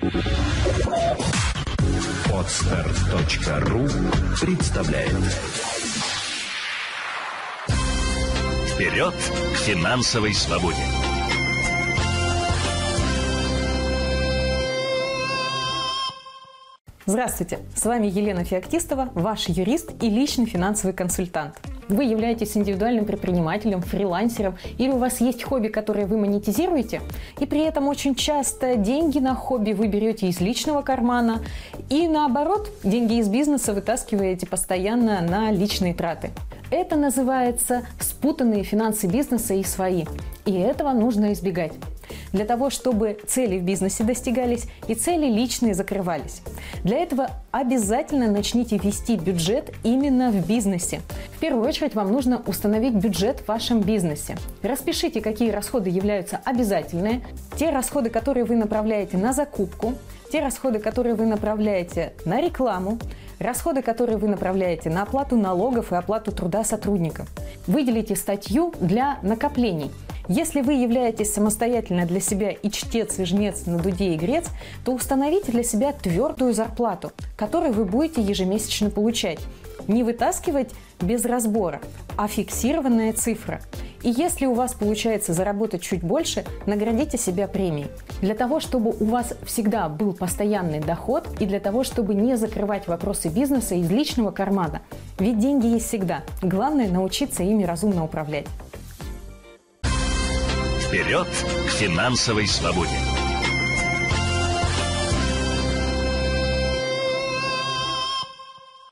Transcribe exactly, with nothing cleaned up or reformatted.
Подстер точка ру представляет. Вперед к финансовой свободе! Здравствуйте! С вами Елена Феоктистова, ваш юрист и личный финансовый консультант. Вы являетесь индивидуальным предпринимателем, фрилансером или у вас есть хобби, которое вы монетизируете, и при этом очень часто деньги на хобби вы берете из личного кармана и наоборот, деньги из бизнеса вытаскиваете постоянно на личные траты. Это называется спутанные финансы бизнеса и свои, и этого нужно избегать. Для того, чтобы цели в бизнесе достигались и цели личные закрывались. Для этого обязательно начните вести бюджет именно в бизнесе. В первую очередь вам нужно установить бюджет в вашем бизнесе. Распишите, какие расходы являются обязательные, те расходы, которые вы направляете на закупку, те расходы, которые вы направляете на рекламу, расходы, которые вы направляете на оплату налогов и оплату труда сотрудников. Выделите статью для накоплений. Если вы являетесь самостоятельно для себя и чтец, и жнец на дуде и грец, то установите для себя твердую зарплату, которую вы будете ежемесячно получать. Не вытаскивать без разбора, а фиксированная цифра. И если у вас получается заработать чуть больше, наградите себя премией. Для того, чтобы у вас всегда был постоянный доход и для того, чтобы не закрывать вопросы бизнеса из личного кармана. Ведь деньги есть всегда. Главное научиться ими разумно управлять. Вперед к финансовой свободе!